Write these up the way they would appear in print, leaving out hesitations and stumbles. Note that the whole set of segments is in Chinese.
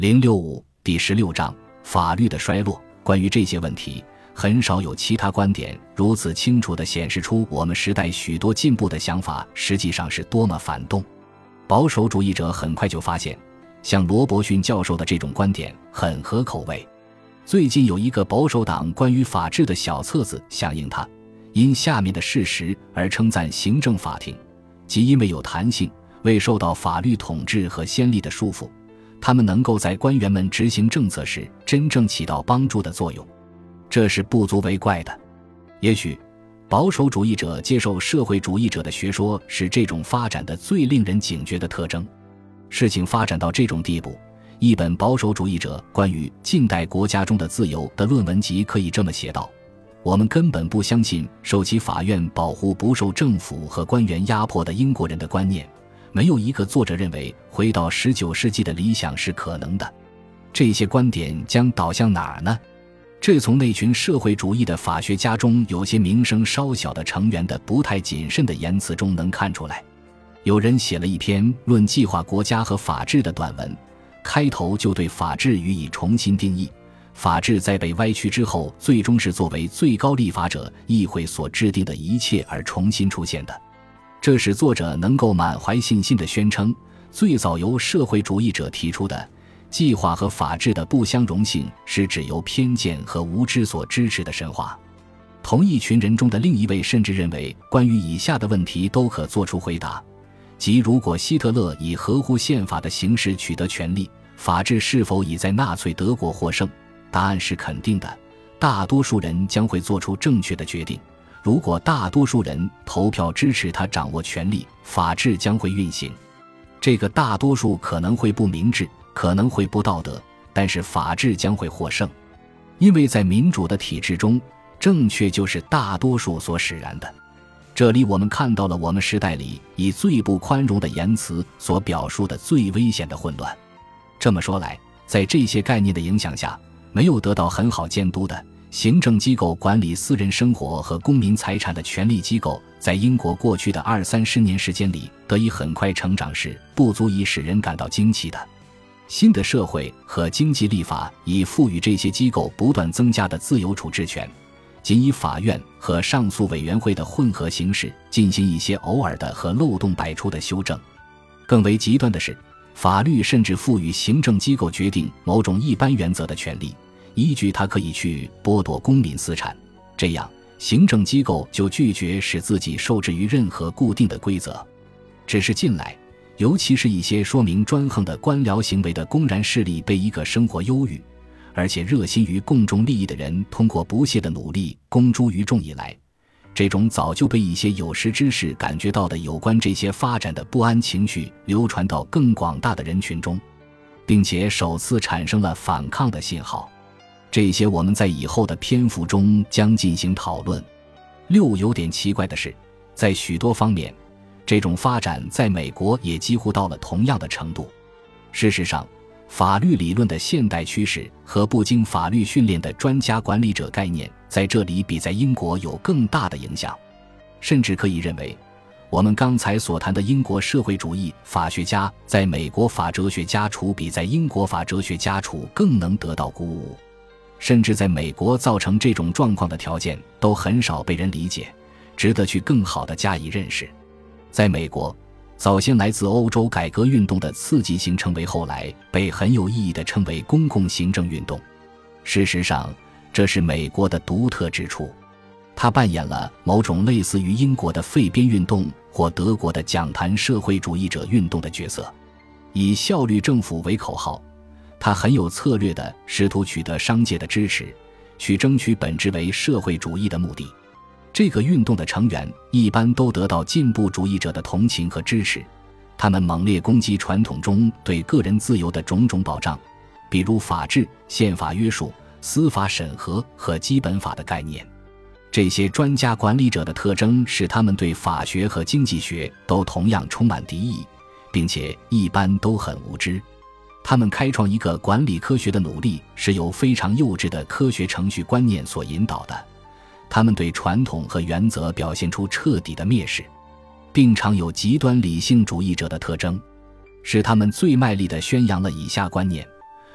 065第16章法律的衰落。关于这些问题，很少有其他观点如此清楚地显示出我们时代许多进步的想法实际上是多么反动。保守主义者很快就发现，像罗伯逊教授的这种观点很合口味。最近有一个保守党关于法治的小册子响应他，因下面的事实而称赞行政法庭，即因为有弹性，未受到法律统治和先例的束缚，他们能够在官员们执行政策时真正起到帮助的作用。这是不足为怪的。也许保守主义者接受社会主义者的学说是这种发展的最令人警觉的特征。事情发展到这种地步，一本保守主义者关于近代国家中的自由的论文集可以这么写道：我们根本不相信受其法院保护不受政府和官员压迫的英国人的观念，没有一个作者认为回到19世纪的理想是可能的。这些观点将导向哪儿呢？这从那群社会主义的法学家中有些名声稍小的成员的不太谨慎的言辞中能看出来。有人写了一篇论计划国家和法治的短文，开头就对法治予以重新定义。法治在被歪曲之后，最终是作为最高立法者议会所制定的一切而重新出现的。这使作者能够满怀信心地宣称，最早由社会主义者提出的计划和法治的不相容性是指由偏见和无知所支持的神话。同一群人中的另一位甚至认为，关于以下的问题都可做出回答，即如果希特勒以合乎宪法的形式取得权力，法治是否已在纳粹德国获胜？答案是肯定的，大多数人将会做出正确的决定。如果大多数人投票支持他掌握权力，法治将会运行。这个大多数可能会不明智，可能会不道德，但是法治将会获胜。因为在民主的体制中，正确就是大多数所使然的。这里我们看到了我们时代里以最不宽容的言辞所表述的最危险的混乱。这么说来，在这些概念的影响下，没有得到很好监督的行政机构管理私人生活和公民财产的权力机构，在英国过去的20-30年时间里得以很快成长，是不足以使人感到惊奇的。新的社会和经济立法已赋予这些机构不断增加的自由处置权，仅以法院和上诉委员会的混合形式进行一些偶尔的和漏洞百出的修正。更为极端的是，法律甚至赋予行政机构决定某种一般原则的权利，依据它可以去剥夺公民私产，这样行政机构就拒绝使自己受制于任何固定的规则。只是近来，尤其是一些说明专横的官僚行为的公然势力被一个生活优裕而且热心于公众利益的人通过不懈的努力公诸于众以来，这种早就被一些有识之士感觉到的有关这些发展的不安情绪流传到更广大的人群中，并且首次产生了反抗的信号。这些我们在以后的篇幅中将进行讨论。有点奇怪的是，在许多方面，这种发展在美国也几乎到了同样的程度。事实上，法律理论的现代趋势和不经法律训练的专家管理者概念在这里比在英国有更大的影响。甚至可以认为，我们刚才所谈的英国社会主义法学家在美国法哲学家处比在英国法哲学家处更能得到鼓舞。甚至在美国造成这种状况的条件都很少被人理解，值得去更好地加以认识。在美国，早先来自欧洲改革运动的刺激性成为后来被很有意义地称为公共行政运动。事实上，这是美国的独特之处，它扮演了某种类似于英国的废边运动或德国的讲坛社会主义者运动的角色。以效率政府为口号，他很有策略地试图取得商界的支持，去争取本质为社会主义的目的。这个运动的成员一般都得到进步主义者的同情和支持，他们猛烈攻击传统中对个人自由的种种保障，比如法治、宪法约束、司法审核和基本法的概念。这些专家管理者的特征使他们对法学和经济学都同样充满敌意，并且一般都很无知。他们开创一个管理科学的努力是由非常幼稚的科学程序观念所引导的，他们对传统和原则表现出彻底的蔑视，并常有极端理性主义者的特征，使他们最卖力地宣扬了以下观念：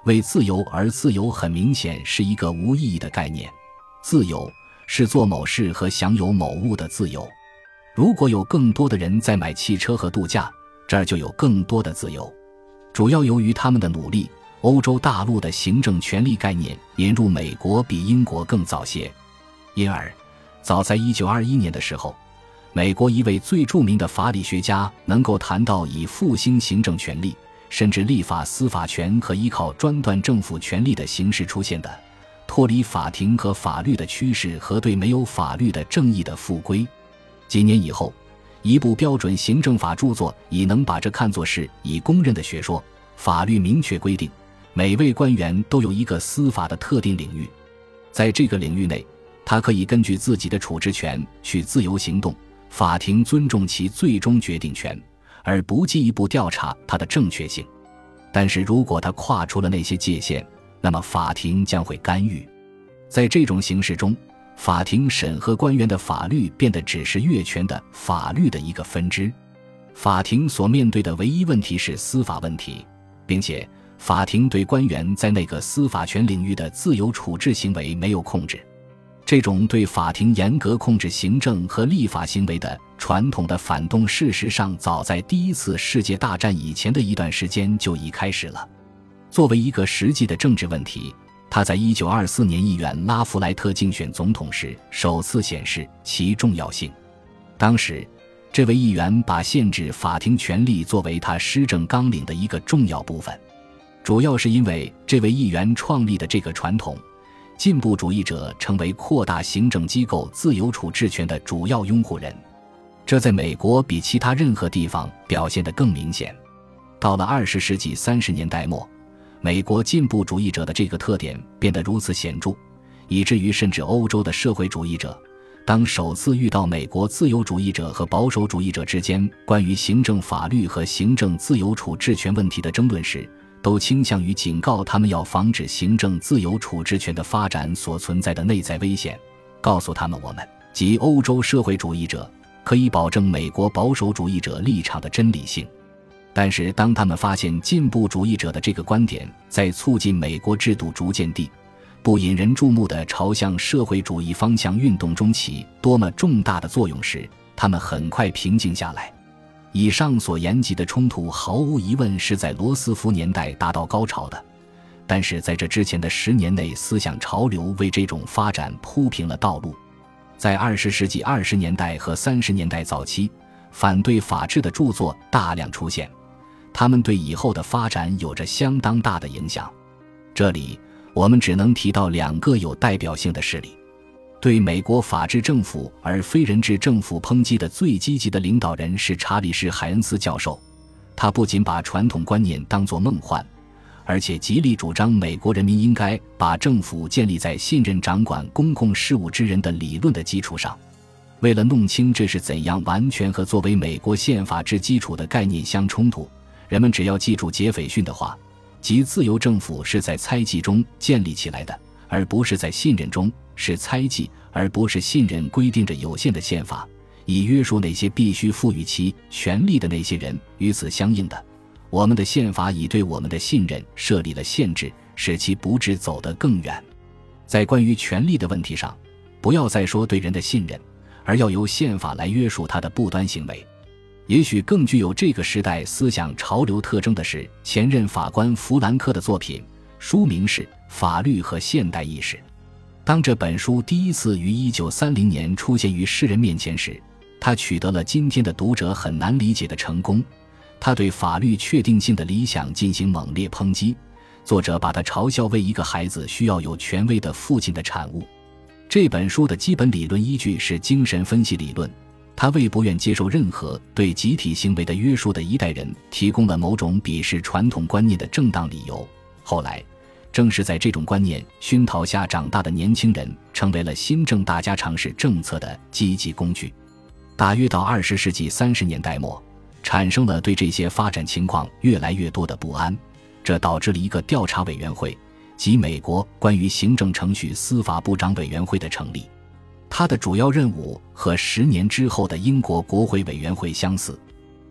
为自由而自由很明显是一个无意义的概念。自由是做某事和享有某物的自由。如果有更多的人在买汽车和度假，这儿就有更多的自由。主要由于他们的努力，欧洲大陆的行政权力概念引入美国比英国更早些。因而早在1921年的时候，美国一位最著名的法理学家能够谈到以复兴行政权力，甚至立法司法权和依靠专断政府权力的形式出现的脱离法庭和法律的趋势和对没有法律的正义的复归。几年以后，一部标准行政法著作已能把这看作是已公认的学说。法律明确规定，每位官员都有一个司法的特定领域，在这个领域内，他可以根据自己的处置权去自由行动，法庭尊重其最终决定权，而不进一步调查它的正确性。但是如果他跨出了那些界限，那么法庭将会干预。在这种形式中，法庭审核官员的法律变得只是越权的法律的一个分支。法庭所面对的唯一问题是司法问题，并且法庭对官员在那个司法权领域的自由处置行为没有控制。这种对法庭严格控制行政和立法行为的传统的反动，事实上早在第一次世界大战以前的一段时间就已开始了。作为一个实际的政治问题，他在1924年议员拉弗莱特竞选总统时首次显示其重要性。当时这位议员把限制法庭权力作为他施政纲领的一个重要部分，主要是因为这位议员创立的这个传统，进步主义者成为扩大行政机构自由处置权的主要拥护人。这在美国比其他任何地方表现得更明显。到了20世纪30年代末，美国进步主义者的这个特点变得如此显著，以至于甚至欧洲的社会主义者当首次遇到美国自由主义者和保守主义者之间关于行政法律和行政自由处置权问题的争论时，都倾向于警告他们要防止行政自由处置权的发展所存在的内在危险，告诉他们我们即欧洲社会主义者可以保证美国保守主义者立场的真理性。但是当他们发现进步主义者的这个观点在促进美国制度逐渐地不引人注目的朝向社会主义方向运动中起多么重大的作用时，他们很快平静下来。以上所言及的冲突毫无疑问是在罗斯福年代达到高潮的，但是在这之前的10年内，思想潮流为这种发展铺平了道路。在20世纪20年代和30年代早期，反对法治的著作大量出现，他们对以后的发展有着相当大的影响。这里我们只能提到2个有代表性的事例。对美国法治政府而非人治政府抨击的最积极的领导人是查理士·海恩斯教授，他不仅把传统观念当作梦幻，而且极力主张美国人民应该把政府建立在信任掌管公共事务之人的理论的基础上。为了弄清这是怎样完全和作为美国宪法之基础的概念相冲突，人们只要记住杰斐逊的话，即自由政府是在猜忌中建立起来的，而不是在信任中，是猜忌而不是信任规定着有限的宪法，以约束那些必须赋予其权利的那些人。与此相应的，我们的宪法已对我们的信任设立了限制，使其不致走得更远。在关于权利的问题上，不要再说对人的信任，而要由宪法来约束他的不端行为。也许更具有这个时代思想潮流特征的是前任法官弗兰克的作品，书名是《法律和现代意识》。当这本书第一次于1930年出现于世人面前时，他取得了今天的读者很难理解的成功。他对法律确定性的理想进行猛烈抨击，作者把他嘲笑为一个孩子需要有权威的父亲的产物。这本书的基本理论依据是精神分析理论，他为不愿接受任何对集体行为的约束的一代人提供了某种鄙视传统观念的正当理由。后来正是在这种观念熏陶下长大的年轻人成为了新政大家尝试政策的积极工具。大约到20世纪30年代末，产生了对这些发展情况越来越多的不安，这导致了一个调查委员会，即美国关于行政程序司法部长委员会的成立。它的主要任务和10年之后的英国国会委员会相似。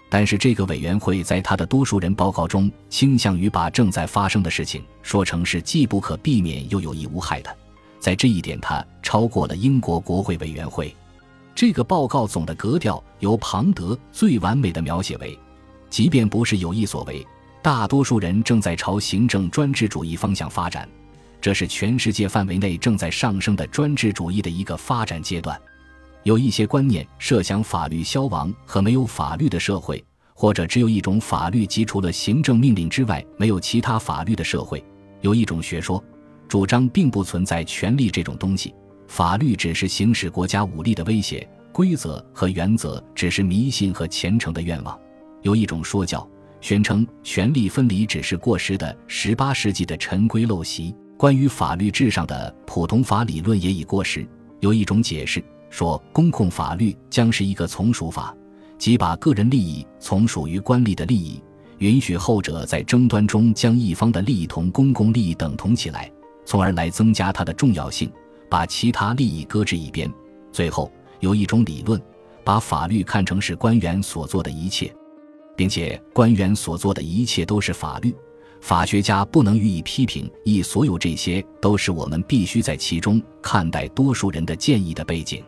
但是这个委员会在他的多数人报告中倾向于把正在发生的事情说成是既不可避免又有益无害的，在这一点他超过了英国国会委员会。这个报告总的格调由庞德最完美地描写为，即便不是有意所为，大多数人正在朝行政专制主义方向发展，这是全世界范围内正在上升的专制主义的一个发展阶段。有一些观念设想法律消亡和没有法律的社会，或者只有一种法律及除了行政命令之外没有其他法律的社会。有一种学说主张并不存在权力这种东西，法律只是行使国家武力的威胁，规则和原则只是迷信和虔诚的愿望。有一种说教宣称权力分离只是过时的18世纪的陈规陋习，关于法律至上的普通法理论也已过时。有一种解释说，公共法律将是一个从属法，即把个人利益从属于官吏的利益，允许后者在争端中将一方的利益同公共利益等同起来，从而来增加它的重要性，把其他利益搁置一边。最后有一种理论把法律看成是官员所做的一切，并且官员所做的一切都是法律，法学家不能予以批评，所有这些都是我们必须在其中看待多数人的建议的背景。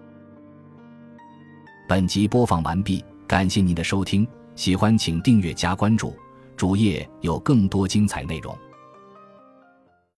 本集播放完毕，感谢您的收听，喜欢请订阅加关注，主页有更多精彩内容。